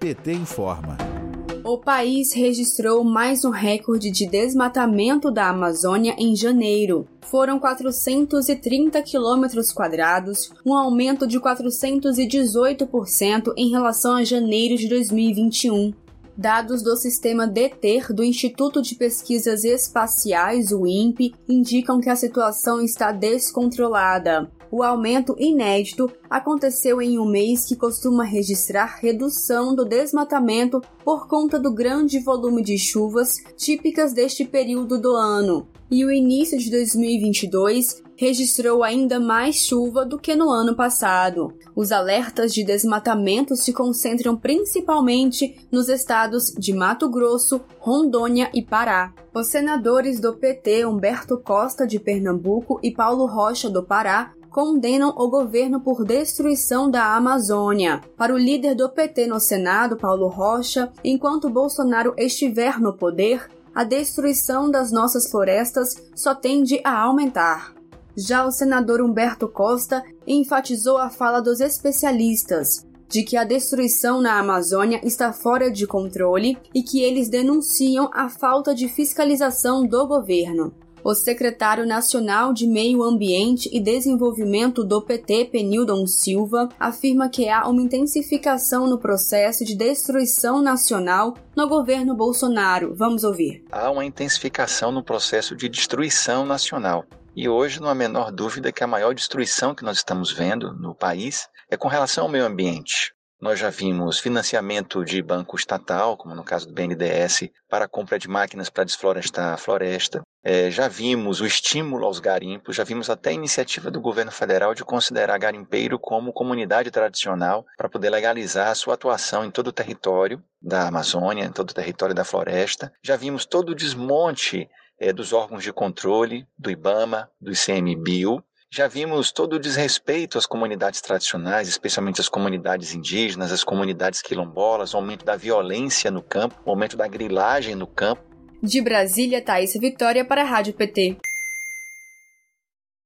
PT informa. O país registrou mais um recorde de desmatamento da Amazônia em janeiro. Foram 430 quilômetros quadrados, um aumento de 418% em relação a janeiro de 2021. Dados do sistema DETER do Instituto de Pesquisas Espaciais, o INPE, indicam que a situação está descontrolada. O aumento inédito aconteceu em um mês que costuma registrar redução do desmatamento por conta do grande volume de chuvas típicas deste período do ano. E o início de 2022 registrou ainda mais chuva do que no ano passado. Os alertas de desmatamento se concentram principalmente nos estados de Mato Grosso, Rondônia e Pará. Os senadores do PT, Humberto Costa, de Pernambuco, e Paulo Rocha, do Pará, condenam o governo por destruição da Amazônia. Para o líder do PT no Senado, Paulo Rocha, enquanto Bolsonaro estiver no poder, a destruição das nossas florestas só tende a aumentar. Já o senador Humberto Costa enfatizou a fala dos especialistas de que a destruição na Amazônia está fora de controle e que eles denunciam a falta de fiscalização do governo. O secretário nacional de Meio Ambiente e Desenvolvimento do PT, Penildon Silva, afirma que há uma intensificação no processo de destruição nacional no governo Bolsonaro. Vamos ouvir. Há uma intensificação no processo de destruição nacional. E hoje não há a menor dúvida que a maior destruição que nós estamos vendo no país é com relação ao meio ambiente. Nós já vimos financiamento de banco estatal, como no caso do BNDES, para a compra de máquinas para desflorestar a floresta. Já vimos o estímulo aos garimpos, já vimos até a iniciativa do governo federal de considerar garimpeiro como comunidade tradicional para poder legalizar a sua atuação em todo o território da Amazônia, em todo o território da floresta. Já vimos todo o desmonte dos órgãos de controle, do IBAMA, do ICMBio. Já vimos todo o desrespeito às comunidades tradicionais, especialmente as comunidades indígenas, as comunidades quilombolas, o aumento da violência no campo, o aumento da grilagem no campo. De Brasília, Thaís Vitória para a Rádio PT.